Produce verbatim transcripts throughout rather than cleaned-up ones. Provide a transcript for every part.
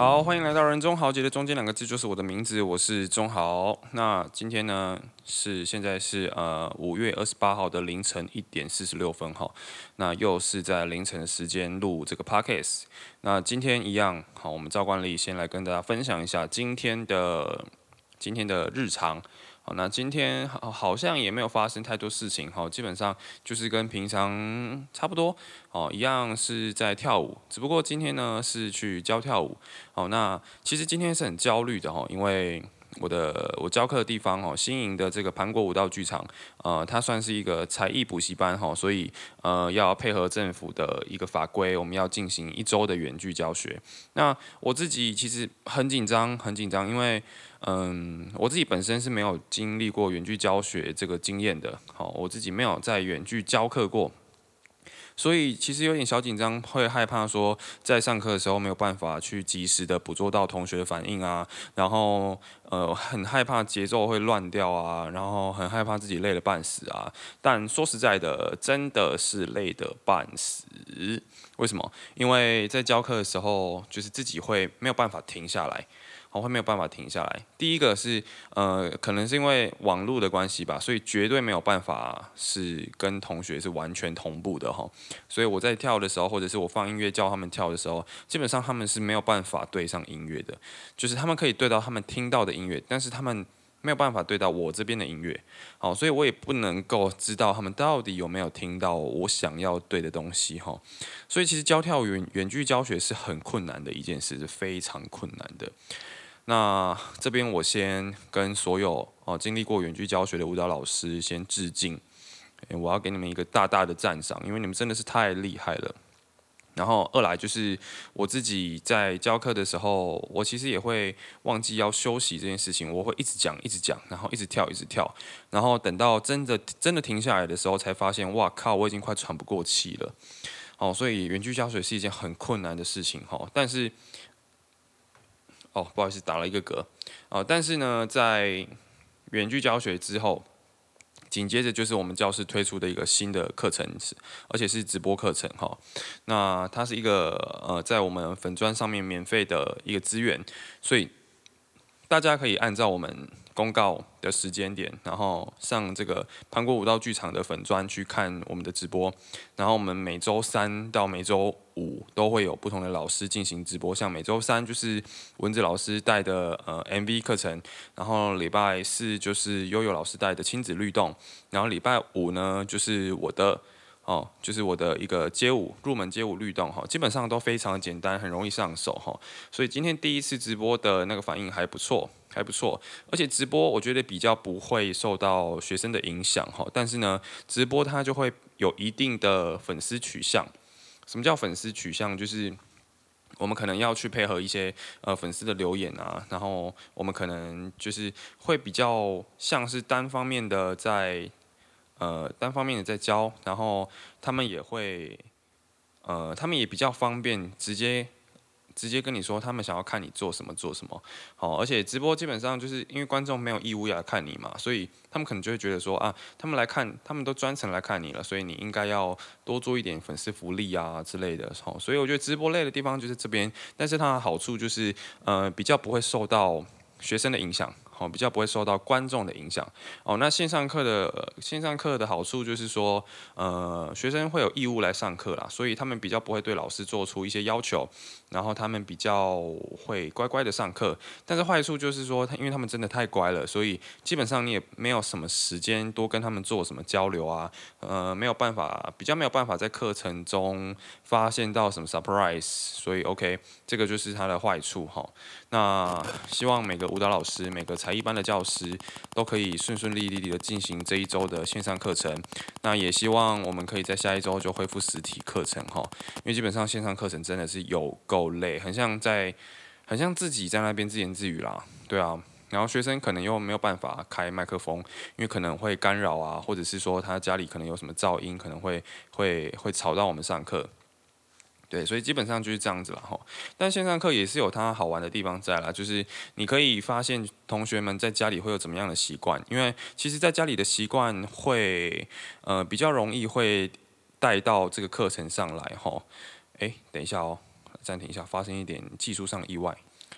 好，欢迎来到人中豪杰的中间两个字就是我的名字，我是中豪。那今天呢是现在是呃五月二十八号的凌晨一点四十六分哈，那又是在凌晨的时间录这个 podcast。那今天一样好，我们照惯例先来跟大家分享一下今天的今天的日常。好，那今天好好像也没有发生太多事情，哈，基本上就是跟平常差不多，哦，一样是在跳舞，只不过今天呢是去教跳舞，哦，那其实今天是很焦虑的哈，因为我的我教课的地方哦，新营的这个盘国舞蹈剧场，呃，它算是一个才艺补习班哈，所以呃要配合政府的一个法规，我们要进行一周的远距教学。那我自己其实很紧张，很紧张，因为嗯，我自己本身是没有经历过远距教学这个经验的，好，我自己没有在远距教课过，所以其实有点小紧张，会害怕说在上课的时候没有办法去及时的捕捉到同学的反应啊，然后呃很害怕节奏会乱掉啊，然后很害怕自己累得半死啊。但说实在的，真的是累得半死。为什么？因为在教课的时候，就是自己会没有办法停下来。我会没有办法停下来。第一个是，呃，可能是因为网络的关系吧，所以绝对没有办法是跟同学是完全同步的哈。所以我在跳的时候，或者是我放音乐叫他们跳的时候，基本上他们是没有办法对上音乐的，就是他们可以对到他们听到的音乐，但是他们没有办法对到我这边的音乐，好，所以我也不能够知道他们到底有没有听到我想要对的东西哈。所以其实教跳远远距教学是很困难的一件事，是非常困难的。那这边我先跟所有哦经历过远距教学的舞蹈老师先致敬，我要给你们一个大大的赞赏，因为你们真的是太厉害了。然后二来就是我自己在教课的时候，我其实也会忘记要休息这件事情，我会一直讲一直讲，然后一直跳一直跳，然后等到真的真的停下来的时候，才发现哇靠，我已经快喘不过气了。哦，所以远距教学是一件很困难的事情哈，但是。哦，不好意思，打了一个嗝。哦，但是呢，在远距教学之后，紧接着就是我们教室推出的一个新的课程，而且是直播课程哈。那它是一个呃，在我们粉砖上面免费的一个资源，所以大家可以按照我们公告的时间点，然后上这个潘国武道剧场的粉砖去看我们的直播。然后我们每周三到每周五都会有不同的老师进行直播，像每周三就是蚊子老师带的呃 M V 课程，然后礼拜四就是悠悠老师带的亲子律动，然后礼拜五呢就是我的。哦，就是我的一个街舞入门街舞律动哈，基本上都非常简单，很容易上手哈。所以今天第一次直播的那个反应还不错，还不错。而且直播我觉得比较不会受到学生的影响哈，但是呢，直播它就会有一定的粉丝取向。什么叫粉丝取向？就是我们可能要去配合一些呃粉丝的留言啊，然后我们可能就是会比较像是单方面的在。呃，单方面的在教，然后他们也会，呃，他们也比较方便，直接直接跟你说他们想要看你做什么做什么，好，而且直播基本上就是因为观众没有义务要来看你嘛，所以他们可能就会觉得说啊，他们来看，他们都专程来看你了，所以你应该要多做一点粉丝福利啊之类的，好，所以我觉得直播类的地方就是这边，但是它的好处就是呃比较不会受到学生的影响。好，比较不会受到观众的影响。哦，那线上课的、呃、线上课的好处就是说，呃，学生会有义务来上课啦，所以他们比较不会对老师做出一些要求，然后他们比较会乖乖的上课。但是坏处就是说，因为他们真的太乖了，所以基本上你也没有什么时间多跟他们做什么交流啊，呃，没有办法，比较没有办法在课程中发现到什么 surprise，所以 OK，这个就是它的坏处哈。那希望每个舞蹈老师、每个才艺班的教师都可以顺顺利利的进行这一周的线上课程。那也希望我们可以在下一周就恢复实体课程哈，因为基本上线上课程真的是有够累，很像在，很像自己在那边自言自语啦，对啊。然后学生可能又没有办法开麦克风，因为可能会干扰啊，或者是说他家里可能有什么噪音，可能会会会吵到我们上课。对，所以基本上就是这样子了哈。但线上课也是有它好玩的地方在啦，就是你可以发现同学们在家里会有怎么样的习惯，因为其实在家里的习惯会呃比较容易会带到这个课程上来哈。诶，等一下哦，暂停一下，发生一点技术上的意外。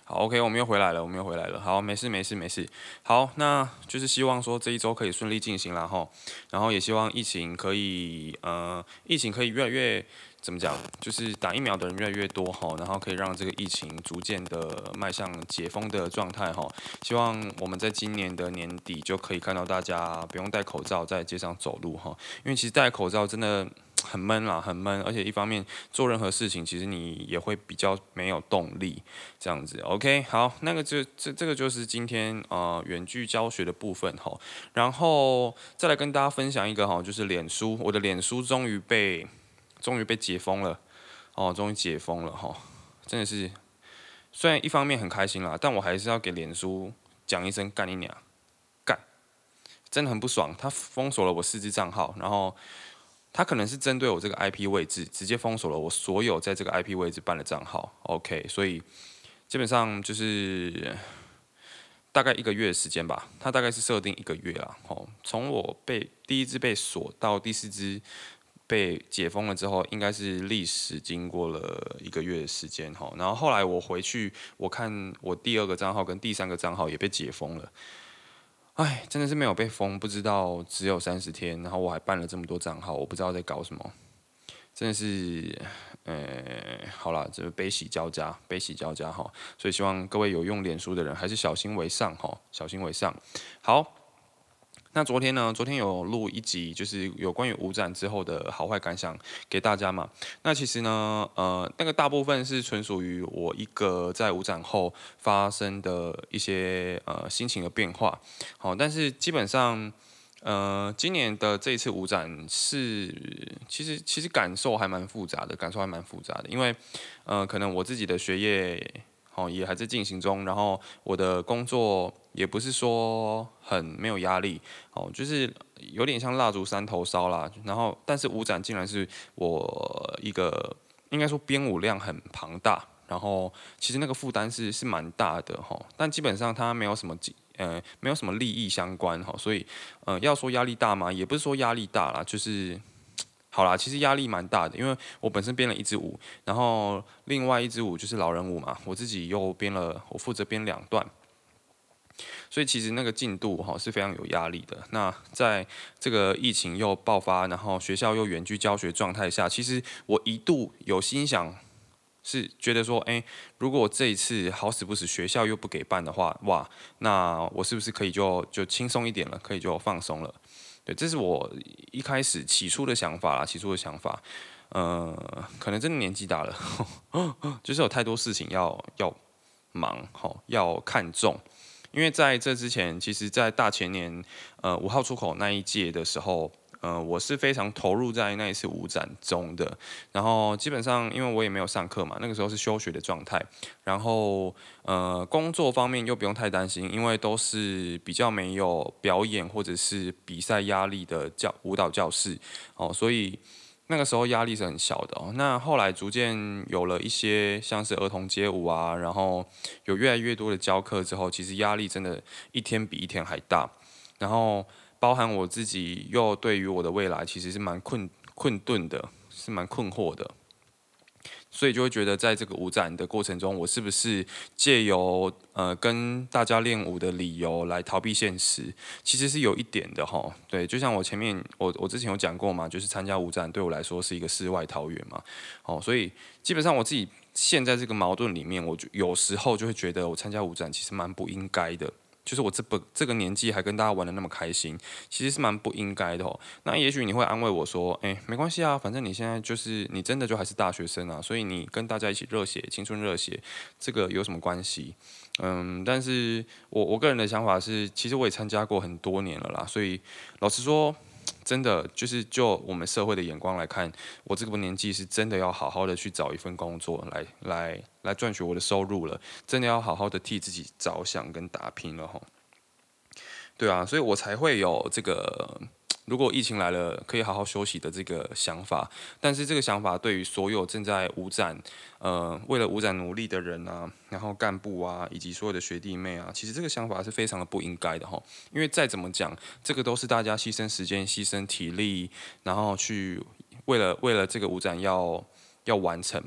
好，OK，我们又回来了，我们又回来了。好，没事没事没事。好，那就是希望说这一周可以顺利进行啦吼，然后也希望疫情可以呃，疫情可以越来越怎么讲，就是打疫苗的人越来越多吼，然后可以让这个疫情逐渐的迈向解封的状态吼。希望我们在今年的年底就可以看到大家不用戴口罩在街上走路哈，因为其实戴口罩真的很闷啦，很闷，而且一方面做任何事情，其实你也会比较没有动力，这样子。OK，好，那个就这这个就是今天呃远距教学的部分哈，然后再来跟大家分享一个哈，就是脸书，我的脸书终于被终于被解封了哦，终于解封了哈，真的是，虽然一方面很开心啦，但我还是要给脸书讲一声干你娘，干，真的很不爽，他封锁了我四只账号，然后。他可能是针对我这个 I P 位置，直接封锁了我所有在这个 I P 位置办的账号。OK，所以基本上就是大概一个月的时间吧。他大概是设定一个月啦。哦，从我被第一支被锁到第四支被解封了之后，应该是历时经过了一个月的时间哈。然后后来我回去，我看我第二个账号跟第三个账号也被解封了。哎，真的是没有被封，不知道只有三十天，然后我还办了这么多账号，我不知道在搞什么，真的是，呃，好啦，这悲喜交加，悲喜交加哈，所以希望各位有用脸书的人还是小心为上哈，小心为上。好。那昨天呢？昨天有录一集，就是有关于五展之后的好坏感想给大家嘛。那其实呢，呃，那个大部分是纯属于我一个在五展后发生的一些呃心情的变化。好，但是基本上，呃，今年的这一次五展是，其实其实感受还蛮复杂的，感受还蛮复杂的，因为呃，可能我自己的学业。哦，也还在进行中，然后我的工作也不是说很没有压力，哦，就是有点像蜡烛三头烧啦。然后，但是舞展竟然是我一个应该说编舞量很庞大，然后其实那个负担是是蛮大的哈。但基本上它没有什么呃没有什么利益相关哈，所以呃要说压力大吗？也不是说压力大啦，就是。好啦，其实压力蛮大的，因为我本身编了一支舞，然后另外一支舞就是老人舞嘛，我自己又编了，我负责编两段，所以其实那个进度哈是非常有压力的。那在这个疫情又爆发，然后学校又远距教学状态下，其实我一度有心想，是觉得说，哎，如果我这一次好死不死学校又不给办的话，哇，那我是不是可以就就轻松一点了，可以就放松了？对，这是我一开始起初的想法啦，起初的想法，呃，可能真的年纪大了，就是有太多事情要要忙，吼，要看重。因为在这之前，其实，在大前年，呃，五号出口那一届的时候，呃，我是非常投入在那一次舞展中的。然后基本上，因为我也没有上课嘛，那个时候是休学的状态。然后，呃，工作方面又不用太担心，因为都是比较没有表演或者是比赛压力的教舞蹈教室，哦，所以。那个时候压力是很小的哦。那后来逐渐有了一些像是儿童街舞啊，然后有越来越多的教课之后，其实压力真的一天比一天还大。然后包含我自己又对于我的未来其实是蛮困困顿的，是蛮困惑的。所以就会觉得，在这个舞展的过程中，我是不是借由呃跟大家练舞的理由来逃避现实？其实是有一点的哈。对，就像我前面我我之前有讲过嘛，就是参加舞展对我来说是一个世外桃源嘛。哦，所以基本上我自己陷在这个矛盾里面，我就有时候就会觉得我参加舞展其实蛮不应该的。就是我这不这个年纪还跟大家玩的那么开心，其实是蛮不应该的哦。那也许你会安慰我说，哎，没关系啊，反正你现在就是你真的就还是大学生啊，所以你跟大家一起热血，青春热血，这个有什么关系？嗯，但是我我个人的想法是，其实我也参加过很多年了啦，所以老实说。真的就是就我们社会的眼光来看，我这个年纪是真的要好好的去找一份工作来来来赚取我的收入了，真的要好好的替自己着想跟打拼了吼。对啊，所以我才会有这个，如果疫情来了，可以好好休息的这个想法。但是这个想法对于所有正在五展，呃，为了五展努力的人啊，然后干部啊，以及所有的学弟妹啊，其实这个想法是非常的不应该的哈。因为再怎么讲，这个都是大家牺牲时间、牺牲体力，然后去为了为了这个五展要要完成嘛。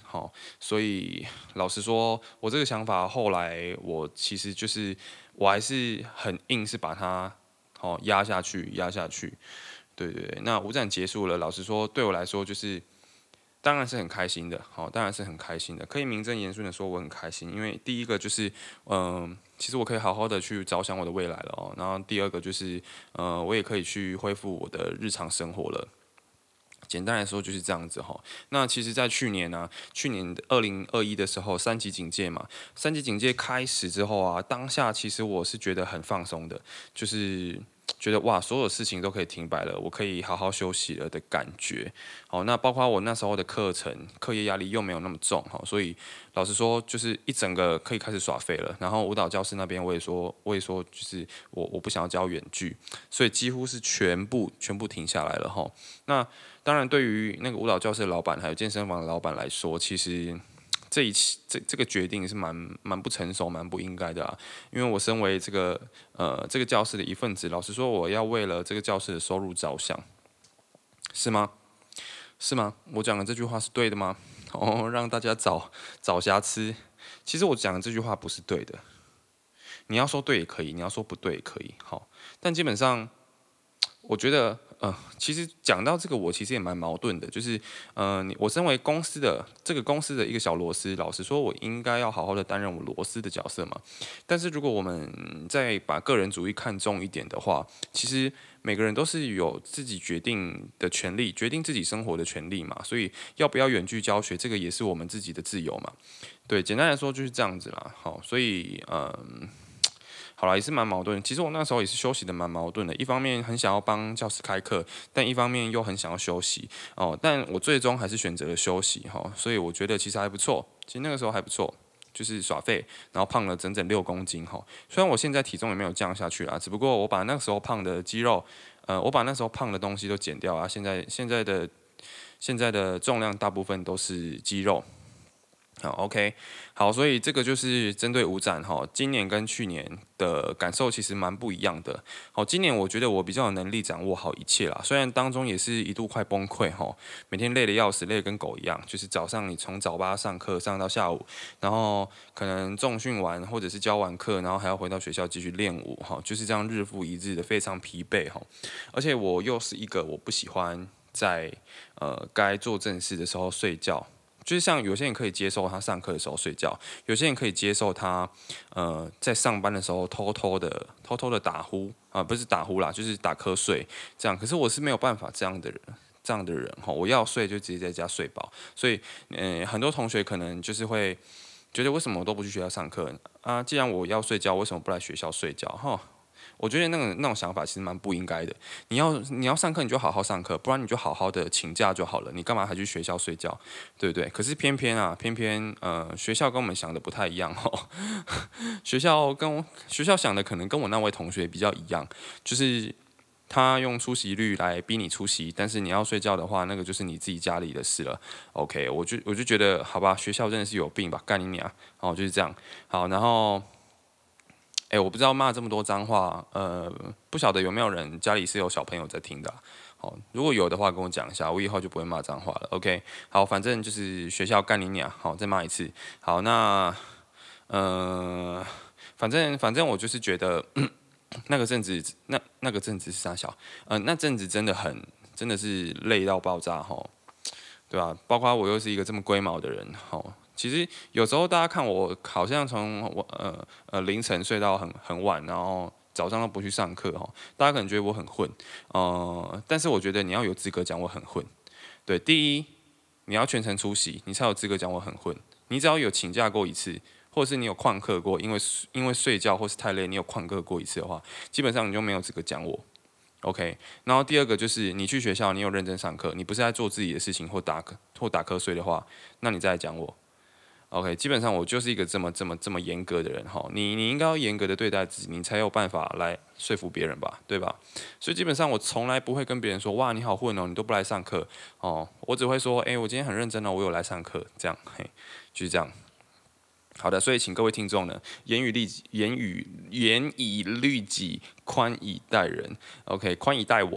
好，所以老实说，我这个想法后来我其实就是我还是很硬是把它好压下去，压下去。对对对，那舞展结束了，老实说，对我来说就是当然是很开心的，好，当然是很开心的，可以名正言顺的说我很开心，因为第一个就是，嗯、其实我可以好好的去着想我的未来了哦，然后第二个就是，呃，我也可以去恢复我的日常生活了。简单来说就是这样子哈。那其实，在去年呢、啊，去年二零二一的时候，三级警戒嘛，三级警戒开始之后啊，当下其实我是觉得很放松的，就是觉得哇，所有事情都可以停摆了，我可以好好休息了的感觉。好，那包括我那时候的课程，课业压力又没有那么重哈，所以老实说，就是一整个可以开始耍废了。然后舞蹈教室那边我也说，我也说，就是我我不想要教远距，所以几乎是全部全部停下来了哈。那当然，对于那个舞蹈教室的老板还有健身房的老板来说，其实这一期这这个决定是蛮蛮不成熟、蛮不应该的啊。因为我身为这个呃这个教室的一份子，老实说，我要为了这个教室的收入着想，是吗？是吗？我讲的这句话是对的吗？哦，让大家找找瑕疵。其实我讲的这句话不是对的。你要说对也可以，你要说不对也可以。好，但基本上我觉得，呃，其实讲到这个，我其实也蛮矛盾的，就是，呃，你我身为公司的这个公司的一个小螺丝，老实说，我应该要好好的担任我螺丝的角色嘛。但是如果我们再把个人主义看重一点的话，其实每个人都是有自己决定的权利，决定自己生活的权利嘛。所以要不要远距教学，这个也是我们自己的自由嘛。对，简单来说就是这样子啦。好，所以，嗯。好啦，也是蛮矛盾。其实我那时候也是休息的蛮矛盾的，一方面很想要帮教室开课，但一方面又很想要休息哦。但我最终还是选择了休息哈，所以我觉得其实还不错。其实那个时候还不错，就是耍废，然后胖了整整六公斤哈。虽然我现在体重也没有降下去啦，只不过我把那个时候胖的肌肉，呃，我把那时候胖的东西都减掉啊。现在现在的现在的重量大部分都是肌肉。好，OK，好，所以这个就是针对舞展哈，今年跟去年的感受其实蛮不一样的。好，今年我觉得我比较有能力掌握好一切啦，虽然当中也是一度快崩溃哈，每天累得要死，累得跟狗一样，就是早上你从早八上课上到下午，然后可能重训完或者是教完课，然后还要回到学校继续练舞哈，就是这样日复一日的非常疲惫哈，而且我又是一个我不喜欢在呃该做正事的时候睡觉。就是像有些人可以接受他上课的时候睡觉，有些人可以接受他呃在上班的时候偷偷的偷偷的打呼啊、呃，不是打呼啦，就是打瞌睡这样。可是我是没有办法这样的人，这样的人哈，我要睡就直接在家睡饱。所以嗯、呃，很多同学可能就是会觉得为什么我都不去学校上课啊？既然我要睡觉，为什么不来学校睡觉？哈，我觉得那种那种想法其实蛮不应该的。你要你要上课，你就好好上课，不然你就好好的请假就好了。你干嘛还去学校睡觉，对不对？可是偏偏啊，偏偏呃，学校跟我们想的不太一样哦。学校跟我学校想的可能跟我那位同学比较一样，就是他用出席率来逼你出席，但是你要睡觉的话，那个就是你自己家里的事了。OK，我就我就觉得好吧，学校真的是有病吧，干你娘！哦，就是这样。好，然后。哎，我不知道骂这么多脏话，呃，不晓得有没有人家里是有小朋友在听的啊。好，如果有的话，跟我讲一下，我以后就不会骂脏话了。OK，好，反正就是学校干你娘，好，再骂一次。好，那呃，反正反正我就是觉得那个阵子，那那个阵子是啥小，呃，那阵子真的很，真的是累到爆炸哈，对吧、包括我又是一个这么龟毛的人，好，其实有时候大家看我好像从我呃呃凌晨睡到很很晚，然后早上都不去上课哈，大家可能觉得我很混，呃，但是我觉得你要有资格讲我很混。对，第一你要全程出席，你才有资格讲我很混。你只要有请假过一次，或者是你有旷课过，因为因为睡觉或是太累，你有旷课过一次的话，基本上你就没有资格讲我。OK，然后第二个就是你去学校，你有认真上课，你不是在做自己的事情或打或打瞌睡的话，那你再来讲我。OK，基本上我就是一个这么这么这么严格的人哈，你你应该要严格的对待自己，你才有办法来说服别人吧，对吧？所以基本上我从来不会跟别人说哇你好混哦，你都不来上课哦，我只会说哎、欸、我今天很认真哦，我有来上课，这样嘿，就是这样。好的，所以请各位听众呢，严以律己，严以严以律己，宽以待人。OK，宽以待我。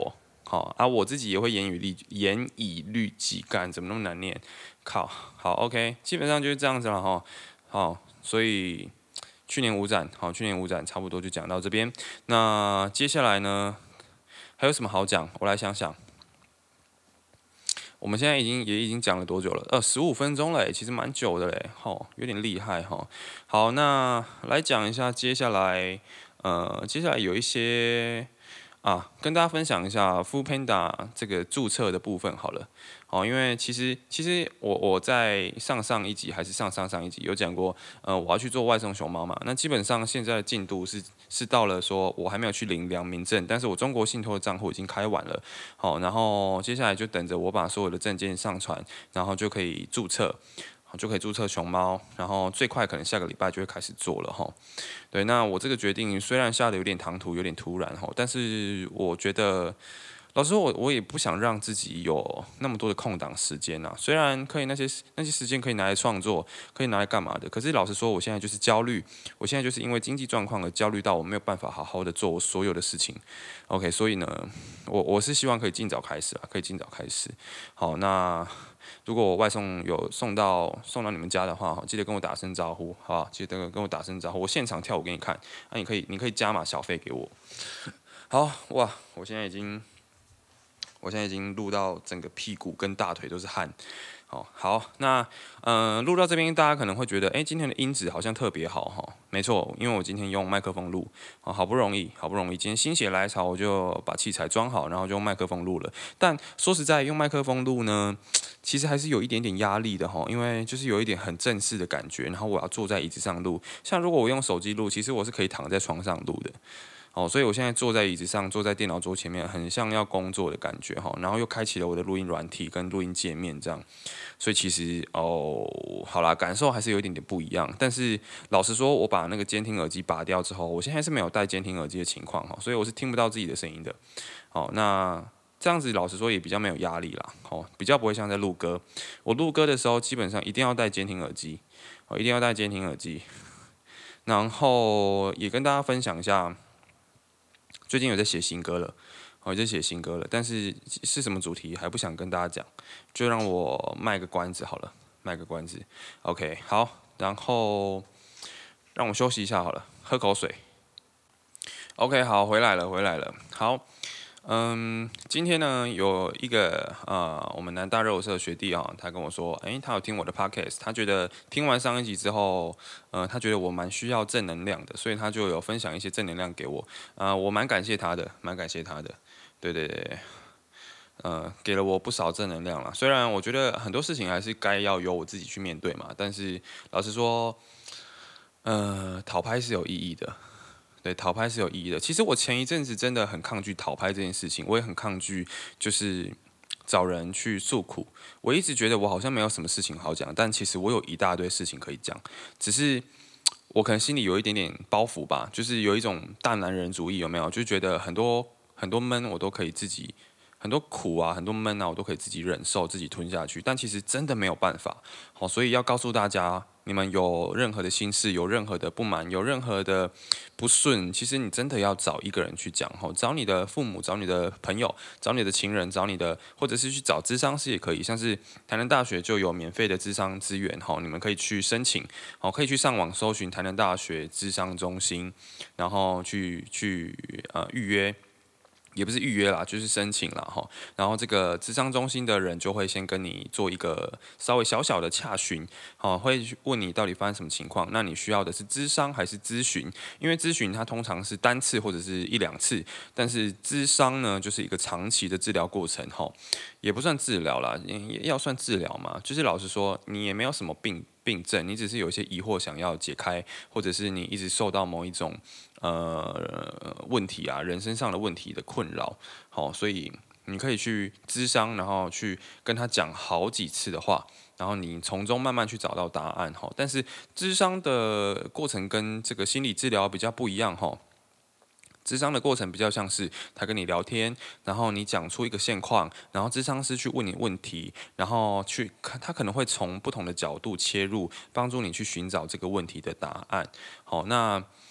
好啊，我自己也会严以律严以律己，干怎么那么难念？靠，好 OK，基本上就是这样子了哈。好，所以去年五展，好，去年五展差不多就讲到这边。那接下来呢，还有什么好讲？我来想想。我们现在已经也已经讲了多久了？呃，十五分钟了，其实蛮久的嘞，吼，有点厉害哈。好，那来讲一下接下来，呃，接下来有一些啊，跟大家分享一下 Food Panda 这个注册的部分好了。好，因为其实其实我我在上上一集还是上上上一集有讲过，呃，我要去做外送熊猫嘛。那基本上现在的进度是是到了说我还没有去领良民证，但是我中国信托的账户已经开完了。好，然后接下来就等着我把所有的证件上传，然后就可以注册。就可以注册熊猫，然后最快可能下个礼拜就会开始做了哈。对，那我这个决定虽然下的有点唐突，有点突然哈，但是我觉得，老实说我我也不想让自己有那么多的空档时间啊。虽然可以那些那些时间可以拿来创作，可以拿来干嘛的，可是老实说，我现在就是焦虑，我现在就是因为经济状况而焦虑到我没有办法好好的做我所有的事情。OK，所以呢，我我是希望可以尽早开始啊，可以尽早开始。好，那。如果我外送有送到送到你们家的话，记得跟我打声招呼，好不好？记得跟我打声招呼，我现场跳舞给你看。那、啊、你可以你可以加码小费给我。好哇，我现在已经我现在已经录到整个屁股跟大腿都是汗。好，好，那呃录到这边，大家可能会觉得，哎、欸，今天的音质好像特别好哈。没错，因为我今天用麦克风录，好不容易，好不容易，今天心血来潮，我就把器材装好，然后就用麦克风录了。但说实在，用麦克风录呢，其实还是有一点点压力的哈，因为就是有一点很正式的感觉，然后我要坐在椅子上录。像如果我用手机录，其实我是可以躺在床上录的。哦，所以我现在坐在椅子上，坐在电脑桌前面，很像要工作的感觉哈。然后又开启了我的录音软体跟录音界面，这样，所以其实哦，好啦，感受还是有一点点不一样。但是老实说，我把那个监听耳机拔掉之后，我现在是没有戴监听耳机的情况哈，所以我是听不到自己的声音的。好，那这样子老实说也比较没有压力啦，哦，比较不会像在录歌。我录歌的时候基本上一定要戴监听耳机，哦，一定要戴监听耳机。然后也跟大家分享一下。最近有在写新歌了，我在写新歌了，但是是什么主题还不想跟大家讲，就让我卖个关子好了，卖个关子。OK， 好，然后让我休息一下好了，喝口水。OK， 好，回来了，回来了，好。嗯，今天呢有一个呃，我们南大热舞社的学弟啊，他跟我说，诶，他有听我的 podcast，他觉得听完上一集之后，呃，他觉得我蛮需要正能量的，所以他就有分享一些正能量给我，啊、呃，我蛮感谢他的，蛮感谢他的，对对对，呃，给了我不少正能量啦。虽然我觉得很多事情还是该要由我自己去面对嘛，但是老实说，呃，讨拍是有意义的。对，讨拍是有意义的。其实我前一阵子真的很抗拒讨拍这件事情，我也很抗拒，就是找人去诉苦。我一直觉得我好像没有什么事情好讲，但其实我有一大堆事情可以讲，只是我可能心里有一点点包袱吧，就是有一种大男人主义，有没有？就觉得很多很多闷我都可以自己，很多苦啊，很多闷啊，我都可以自己忍受，自己吞下去。但其实真的没有办法，好，所以要告诉大家。你们有任何的心事，有任何的不满，有任何的不顺，其实你真的要找一个人去讲吼，找你的父母，找你的朋友，找你的情人，找你的，或者是去找咨商师也可以，像是台南大学就有免费的咨商资源吼，你们可以去申请，好，可以去上网搜寻台南大学咨商中心，然后去去呃预约。也不是预约啦，就是申请啦哈。然后这个咨商中心的人就会先跟你做一个稍微小小的洽询，好，会问你到底发生什么情况。那你需要的是咨商还是咨询？因为咨询它通常是单次或者是一两次，但是咨商呢就是一个长期的治疗过程哈，也不算治疗啦，要算治疗嘛。就是老实说，你也没有什么病。病症，你只是有一些疑惑想要解开，或者是你一直受到某一种呃问题啊，人生上的问题的困扰，好，所以你可以去咨商，然后去跟他讲好几次的话，然后你从中慢慢去找到答案哈。但是咨商的过程跟这个心理治疗比较不一样哈。咨商的过程比较像是他跟你聊天，然后你讲出一个现况，然后咨商师去问你问题，然后去他可能会从不同的角度切入，帮助你去寻找这个问题的答案。好，那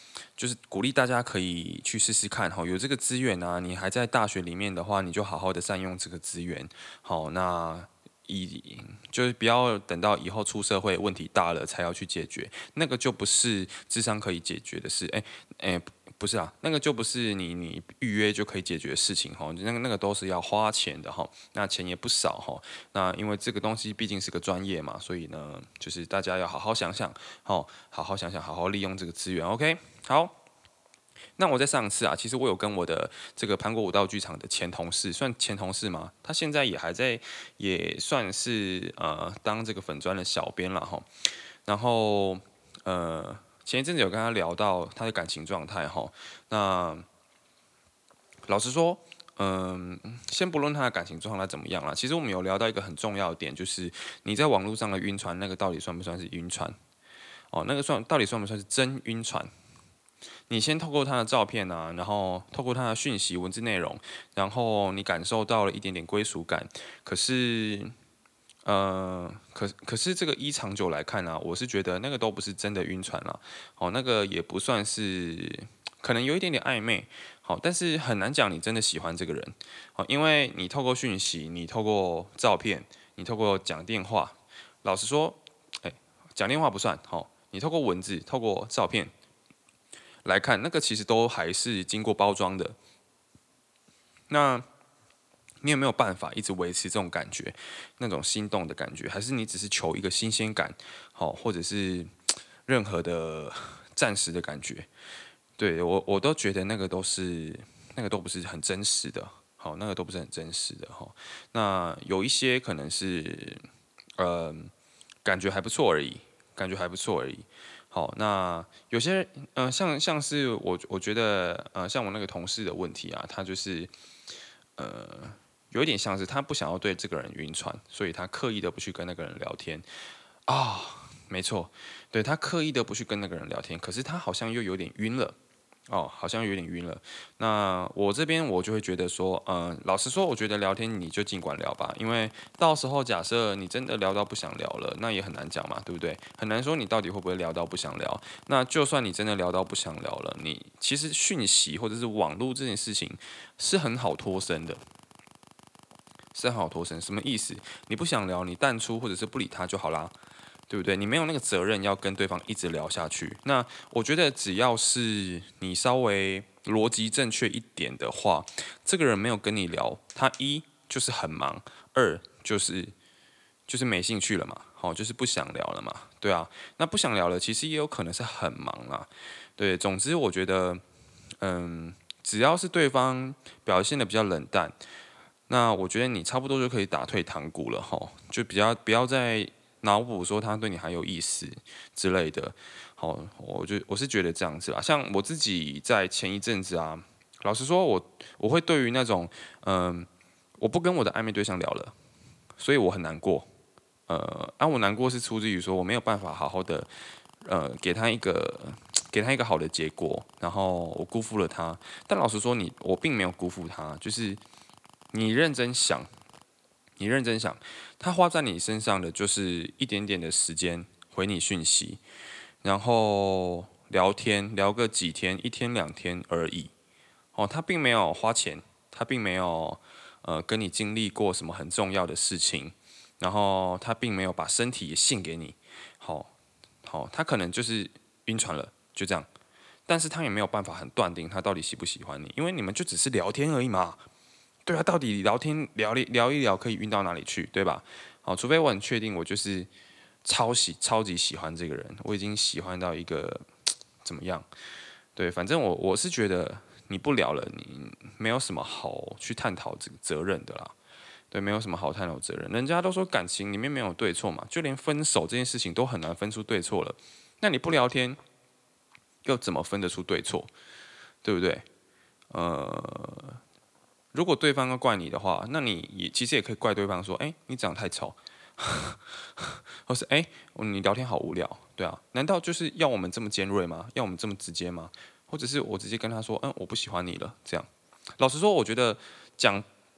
就是鼓励大家可以去试试看哈，有这个资源啊，你还在大学里面的话，你就好好的善用这个资源。好，那以就是不要等到以后出社会问题大了才要去解决，那个就不是智商可以解决的事。哎哎，不是啊，那个就不是你你预约就可以解决的事情哈，那个那个都是要花钱的哈，那钱也不少哈。那因为这个东西毕竟是个专业嘛，所以呢，就是大家要好好想想，好，好好想想，好好利用这个资源。OK，好。那我在上次啊，其实我有跟我的这个韩国舞蹈剧场的前同事，算前同事吗？他现在也还在，也算是呃当这个粉砖的小编了哈。然后呃前一阵子有跟他聊到他的感情状态哈。那老实说，嗯，先不论他的感情状态怎么样啦，其实我们有聊到一个很重要的点，就是你在网络上的晕船，那个到底算不算是晕船？哦，那个算到底算不算是真晕船？你先透过他的照片啊，然后透过他的讯息、文字内容，然后你感受到了一点点归属感。可是，呃，可可是这个依长久来看啊，我是觉得那个都不是真的晕船了。哦，那个也不算是，可能有一点点暧昧。好，但是很难讲你真的喜欢这个人。好，因为你透过讯息，你透过照片，你透过讲电话，老实说，哎，讲电话不算。好，你透过文字，透过照片。来看，那个其实都还是经过包装的。那你有没有办法一直维持这种感觉，那种心动的感觉？还是你只是求一个新鲜感，好，或者是任何的暂时的感觉？对我，我都觉得那个都是，那个都不是很真实的。好，那个都不是很真实的哈。那有一些可能是，呃，感觉还不错而已，感觉还不错而已。好，那有些呃，像像是我我觉得呃，像我那个同事的问题啊，他就是呃，有一点像是他不想要对这个人晕船，所以他刻意的不去跟那个人聊天啊，没错，对他刻意的不去跟那个人聊天，可是他好像又有点晕了。哦，好像有点晕了。那我这边我就会觉得说，嗯、老实说，我觉得聊天你就尽管聊吧，因为到时候假设你真的聊到不想聊了，那也很难讲嘛，对不对？很难说你到底会不会聊到不想聊。那就算你真的聊到不想聊了，你其实讯息或者是网络这件事情是很好脱身的，是很好脱身。什么意思？你不想聊，你淡出或者是不理他就好啦。对不对？你没有那个责任要跟对方一直聊下去。那我觉得只要是你稍微逻辑正确一点的话，这个人没有跟你聊，他一就是很忙，二就是就是没兴趣了嘛，好，就是不想聊了嘛，对啊。那不想聊了，其实也有可能是很忙啦，对。总之，我觉得，嗯，只要是对方表现的比较冷淡，那我觉得你差不多就可以打退堂鼓了哈，就比较不要再脑补说他对你还有意思之类的。好，我就我是觉得这样子啦。像我自己在前一阵子啊，老实说我我会对于那种嗯，我不跟我的暧昧对象聊了，所以我很难过。呃，啊，我难过是出自于说我没有办法好好的呃给他一个给他一个好的结果，然后我辜负了他。但老实说你，我并没有辜负他，就是你认真想，你认真想，他花在你身上的就是一点点的时间回你讯息，然后聊天聊个几天，一天两天而已。哦，他并没有花钱，他并没有呃跟你经历过什么很重要的事情，然后他并没有把身体也献给你。好，好，他可能就是晕船了，就这样。但是他也没有办法很断定他到底喜不喜欢你，因为你们就只是聊天而已嘛。对啊，到底聊天聊一聊一聊可以晕到哪里去，对吧？好，除非我很确定我就是超喜超级喜欢这个人，我已经喜欢到一个怎么样？对，反正我我是觉得你不聊了，你没有什么好去探讨这个责任的啦。对，没有什么好探讨责任。人家都说感情里面没有对错嘛，就连分手这件事情都很难分出对错了。那你不聊天，又怎么分得出对错？对不对？呃，如果对方要怪你的话，那你也其实也可以怪对方说，哎，你长得太丑，或是哎，你聊天好无聊，对啊，难道就是要我们这么尖锐吗？要我们这么直接吗？或者是我直接跟他说，嗯，我不喜欢你了，这样。老实说，我觉得讲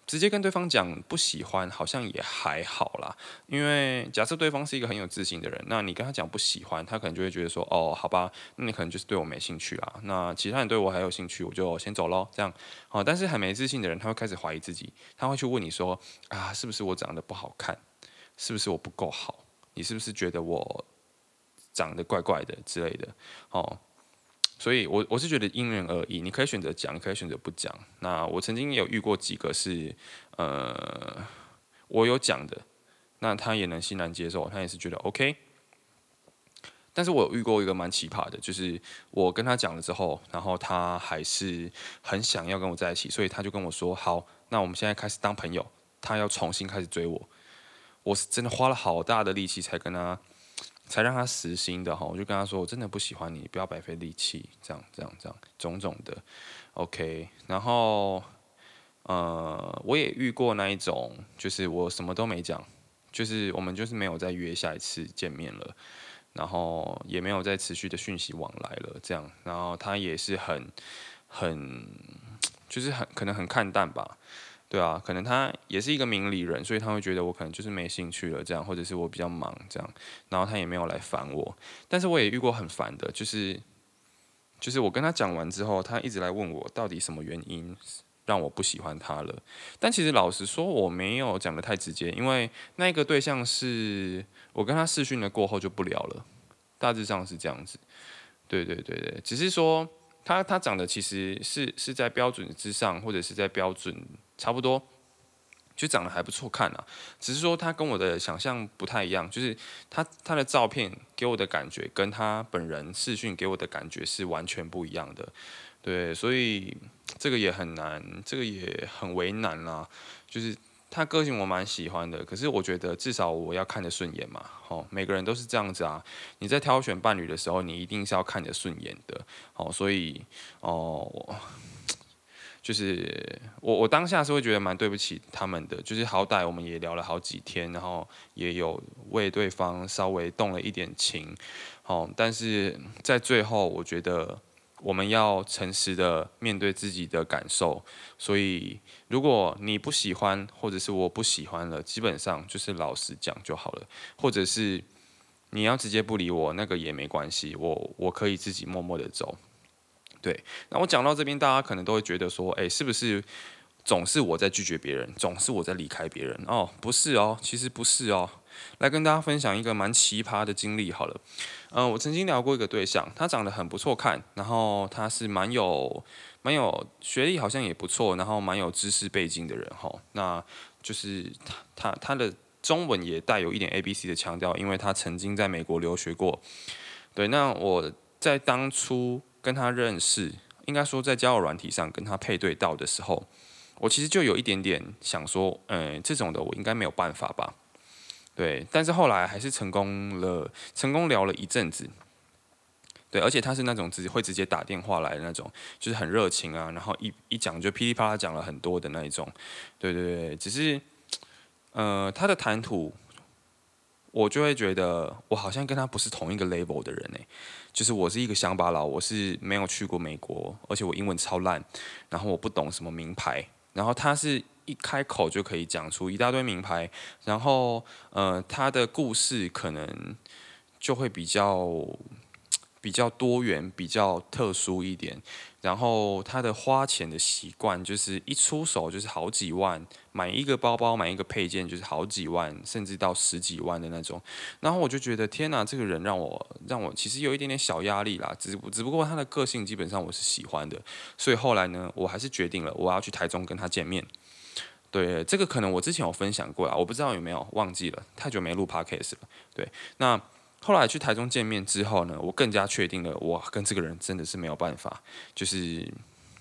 直接跟对方讲不喜欢，好像也还好啦。因为假设对方是一个很有自信的人，那你跟他讲不喜欢，他可能就会觉得说，哦，好吧，那你可能就是对我没兴趣啦。那其他人对我还有兴趣，我就先走咯。这样，好。但是很没自信的人，他会开始怀疑自己，他会去问你说，啊，是不是我长得不好看？是不是我不够好？你是不是觉得我长得怪怪的之类的？哦。所以我，我是觉得因人而异，你可以选择讲，你可以选择不讲。那我曾经也有遇过几个是，呃，我有讲的，那他也能欣然接受，他也是觉得 OK。但是我有遇过一个蛮奇葩的，就是我跟他讲了之后，然后他还是很想要跟我在一起，所以他就跟我说：“好，那我们现在开始当朋友。”他要重新开始追我，我是真的花了好大的力气才跟他才让他死心的哈，我就跟他说，我真的不喜欢你，不要白费力气，这样这样这样，种种的，OK。然后呃，我也遇过那一种，就是我什么都没讲，就是我们就是没有再约下一次见面了，然后也没有再持续的讯息往来了，这样，然后他也是很很就是很可能很看淡吧。对啊，可能他也是一个明理人，所以他会觉得我可能就是没兴趣了，这样，或者是我比较忙这样，然后他也没有来烦我。但是我也遇过很烦的，就是就是我跟他讲完之后，他一直来问我到底什么原因让我不喜欢他了。但其实老实说，我没有讲的太直接，因为那个对象是我跟他视讯了过后就不聊了，大致上是这样子。对对对对，只是说他他长得其实是是在标准之上，或者是在标准差不多，就长得还不错看啊。只是说他跟我的想象不太一样，就是他他的照片给我的感觉，跟他本人视讯给我的感觉是完全不一样的。对，所以这个也很难，这个也很为难啦。就是他个性我蛮喜欢的，可是我觉得至少我要看得顺眼嘛。哦，每个人都是这样子啊。你在挑选伴侣的时候，你一定是要看得顺眼的。哦，所以哦，就是我我当下是会觉得蛮对不起他们的，就是好歹我们也聊了好几天，然后也有为对方稍微动了一点情。好，但是在最后，我觉得我们要诚实的面对自己的感受。所以，如果你不喜欢，或者是我不喜欢了，基本上就是老实讲就好了。或者是你要直接不理我，那个也没关系，我我可以自己默默的走。对，那我讲到这边，大家可能都会觉得说，哎，是不是总是我在拒绝别人，总是我在离开别人？哦，不是哦，其实不是哦。来跟大家分享一个蛮奇葩的经历好了。嗯、呃，我曾经聊过一个对象，他长得很不错看，然后他是蛮有蛮有学历，好像也不错，然后蛮有知识背景的人哈。那就是他他他的中文也带有一点 A B C 的腔调，因为他曾经在美国留学过。对，那我在当初跟他认识，应该说在交友软体上跟他配对到的时候，我其实就有一点点想说，嗯，这种的我应该没有办法吧。对，但是后来还是成功了，成功聊了一阵子。对，而且他是那种直会直接打电话来的那种，就是很热情啊，然后一一讲就噼里啪啦讲了很多的那一种。对对对，只是呃，他的谈吐我就会觉得我好像跟他不是同一个 level 的人呢。就是我是一个乡巴佬，我是没有去过美国，而且我英文超烂，然后我不懂什么名牌，然后他是一开口就可以讲出一大堆名牌，然后呃他的故事可能就会比较比较多元，比较特殊一点。然后他的花钱的习惯就是一出手就是好几万，买一个包包买一个配件就是好几万，甚至到十几万的那种。然后我就觉得天哪，这个人让我让我其实有一点点小压力啦。只不只不过他的个性基本上我是喜欢的，所以后来呢，我还是决定了我要去台中跟他见面。对，这个可能我之前有分享过啦，我不知道有没有忘记了，太久没录 podcast 了。对，那后来去台中见面之后呢，我更加确定了，我跟这个人真的是没有办法。就是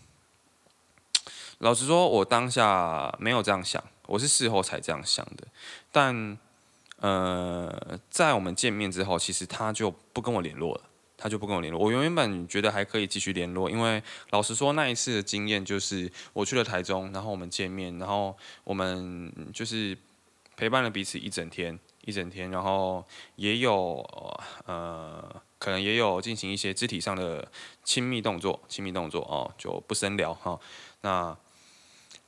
老实说，我当下没有这样想，我是事后才这样想的。但呃，在我们见面之后，其实他就不跟我联络了，他就不跟我联络。我原本觉得还可以继续联络，因为老实说，那一次的经验就是我去了台中，然后我们见面，然后我们就是陪伴了彼此一整天，一整天，然后也有呃，可能也有进行一些肢体上的亲密动作，亲密动作哦，就不深聊哈。那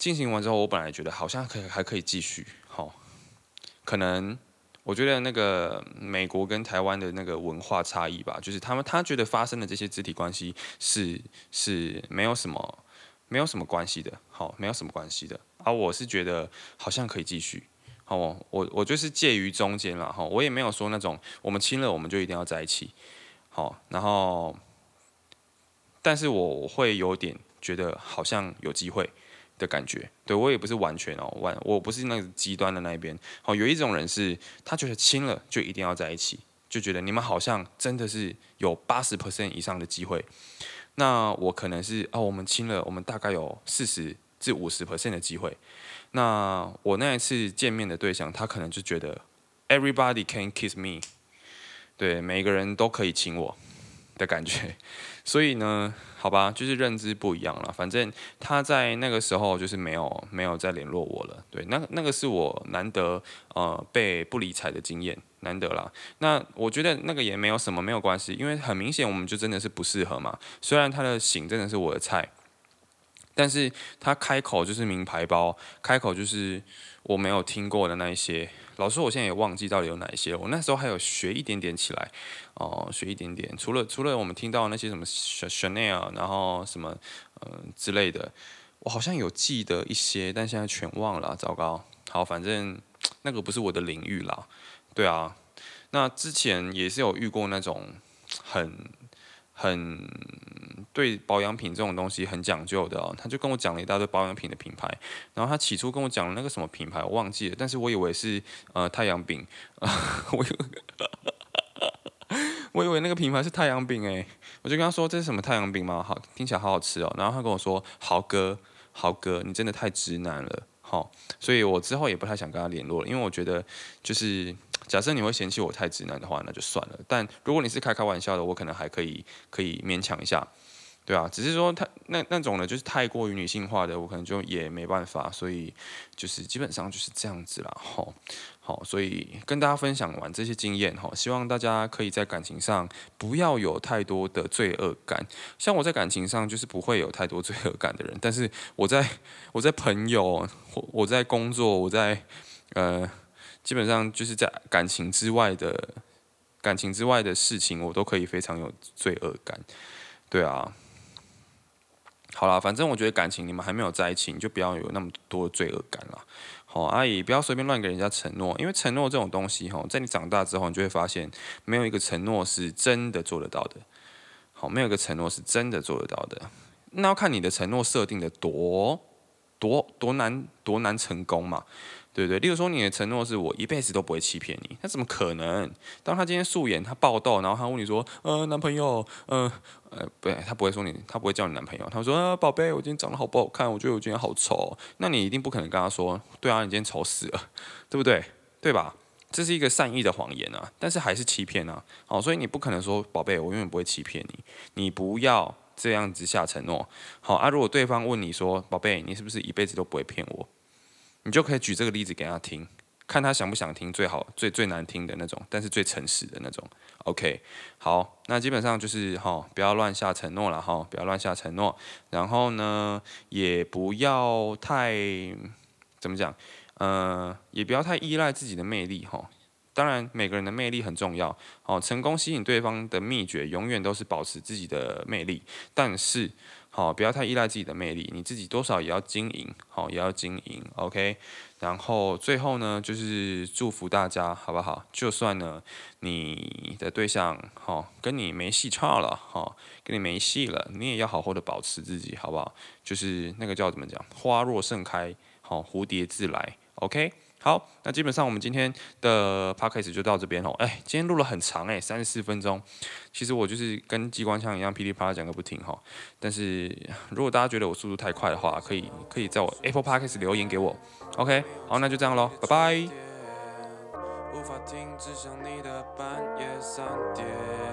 进行完之后，我本来觉得好像可以还可以继续，好，可能我觉得那个美国跟台湾的那个文化差异吧，就是他们他觉得发生的这些肢体关系是是没有什么没有什么关系的，好，没有什么关系的，而、啊、我是觉得好像可以继续。好，我我就是介于中间了哈，我也没有说那种我们亲了我们就一定要在一起，好，然后但是我会有点觉得好像有机会的感觉，对我也不是完全哦，完我不是那个极端的那一边。好，有一种人是他觉得亲了就一定要在一起，就觉得你们好像真的是有八十 percent 以上的机会。那我可能是哦，我们亲了，我们大概有四十至五十 percent 的机会。那我那一次见面的对象，他可能就觉得 everybody can kiss me， 对，每个人都可以亲我的感觉。所以呢，好吧，就是认知不一样了。反正他在那个时候就是没有没有再联络我了。对，那那个是我难得呃被不理睬的经验，难得啦。那我觉得那个也没有什么，没有关系，因为很明显我们就真的是不适合嘛。虽然他的型真的是我的菜，但是他开口就是名牌包，开口就是我没有听过的那一些。老实说，我现在也忘记到底有哪一些。我那时候还有学一点点起来，哦、呃，学一点点。除了除了我们听到那些什么 Chanel， 然后什么嗯、呃、之类的，我好像有记得一些，但现在全忘了，糟糕。好，反正那个不是我的领域啦。对啊，那之前也是有遇过那种很很对保养品这种东西很讲究的哦，他就跟我讲了一大堆保养品的品牌，然后他起初跟我讲了那个什么品牌我忘记了，但是我以为是呃太阳饼，呃、我以为我以为那个品牌是太阳饼诶，我就跟他说这是什么太阳饼吗？好，听起来好好吃哦，然后他跟我说豪哥，豪哥你真的太直男了，好，所以我之后也不太想跟他联络了，因为我觉得就是假设你会嫌弃我太直男的话，那就算了，但如果你是开开玩笑的，我可能还可以可以勉强一下。对啊，只是说他那那种呢，就是太过于女性化的，我可能就也没办法，所以就是基本上就是这样子啦，吼，好，所以跟大家分享完这些经验，吼，希望大家可以在感情上不要有太多的罪恶感。像我在感情上就是不会有太多罪恶感的人，但是我在我在朋友，我我在工作，我在呃，基本上就是在感情之外的感情之外的事情，我都可以非常有罪恶感。对啊。好啦，反正我觉得感情你们还没有在一起，你就不要有那么多罪恶感啦。好，阿姨不要随便乱给人家承诺，因为承诺这种东西，哈，在你长大之后，你就会发现，没有一个承诺是真的做得到的。好，没有一个承诺是真的做得到的。那要看你的承诺设定的多多多难多难成功嘛。对不对？例如说，你的承诺是我一辈子都不会欺骗你，那怎么可能？当他今天素颜，他爆痘，然后他问你说，呃，男朋友，呃，呃，不对，他不会说你，他不会叫你男朋友，他说，啊，宝贝，我今天长得好不好看？我觉得我今天好丑。那你一定不可能跟他说，对啊，你今天丑死了，对不对？对吧？这是一个善意的谎言啊，但是还是欺骗啊。好，所以你不可能说，宝贝，我永远不会欺骗你，你不要这样子下承诺。好啊，如果对方问你说，宝贝，你是不是一辈子都不会骗我？你就可以举这个例子给他听，看他想不想听最好最最难听的那种，但是最诚实的那种。OK，好，那基本上就是哈，不要乱下承诺了哈，不要乱下承诺。然后呢，也不要太怎么讲，呃，也不要太依赖自己的魅力哈。当然，每个人的魅力很重要。哦，成功吸引对方的秘诀，永远都是保持自己的魅力。但是，好，不要太依赖自己的魅力，你自己多少也要经营，好，也要经营。OK，然后最后呢，就是祝福大家，好不好？就算呢，你的对象，好，跟你没戏唱了，好，跟你没戏了，你也要好好的保持自己，好不好？就是那个叫怎么讲，花若盛开，好，蝴蝶自来。OK。好，那基本上我们今天的 podcast 就到这边哦。哎，今天录了很长哎，三十四分钟。其实我就是跟机关枪一样噼里啪啦讲个不停哈。但是如果大家觉得我速度太快的话，可以可以在我 Apple Podcast 留言给我。OK，好，那就这样咯，拜拜。无法停止想你的半夜三点，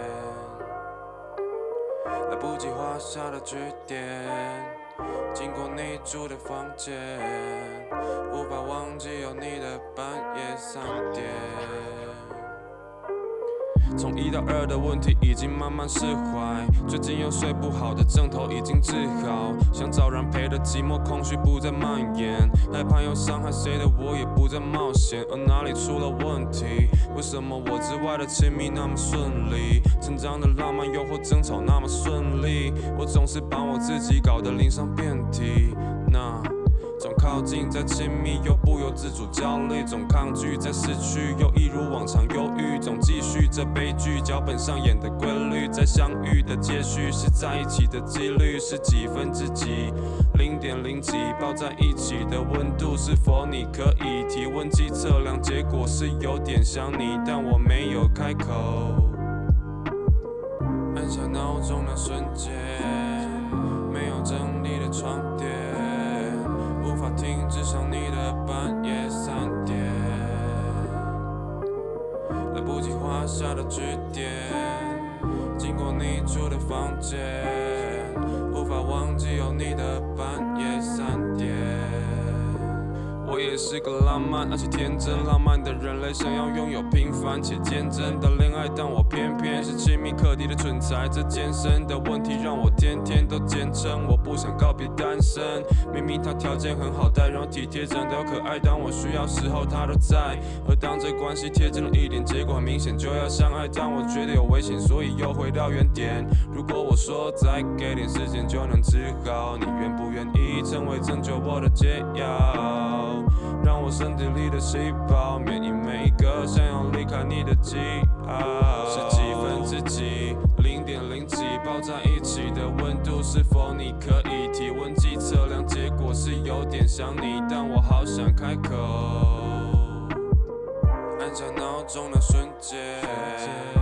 来不及画下的句点，经过你住的房间，无法忘记有你的半夜三点。 从一到二的问题已经慢慢释怀，最近又睡不好的症头已经治好，想找人陪的寂寞空虚不再蔓延，害怕又伤害谁的我也不再冒险。而哪里出了问题？为什么我之外的亲密那么顺利，成长的浪漫诱惑争吵那么顺利？我总是把我自己搞得淋上遍体，那总靠近再亲密又不由自主焦虑，总抗拒再失去又一如往常忧郁，总继续这悲剧脚本上演的规律，在相遇的接续是在一起的几率是几分之几，零点零几抱在一起的温度，是否你可以体温计测量？结果是有点想你，但我没有开口。按下闹钟的瞬间，没有整理的床垫，无法停止想你的半夜三点，来不及画下的句点，经过你住的房间，无法忘记有你的半夜三点。我也是个浪漫而且天真浪漫的人类，想要拥有平凡且坚贞的恋爱，但我偏偏是亲密课题的蠢材。这艰深的问题让我天天都坚称，我不想告别单身。明明他条件很好，待人体贴，长得又可爱，当我需要时候他都在。而当这关系贴近了一点，结果很明显就要相爱，但我觉得有危险，所以又回到原点。如果我说再给点时间就能治好，你愿不愿意成为拯救我的解药？让我身体里的细胞免疫每一个想要离开你的记号，是几分之几，零点零几抱在一起的温度，是否你可以体温计测量？结果是有点想你，但我好想开口。按下闹钟的瞬间。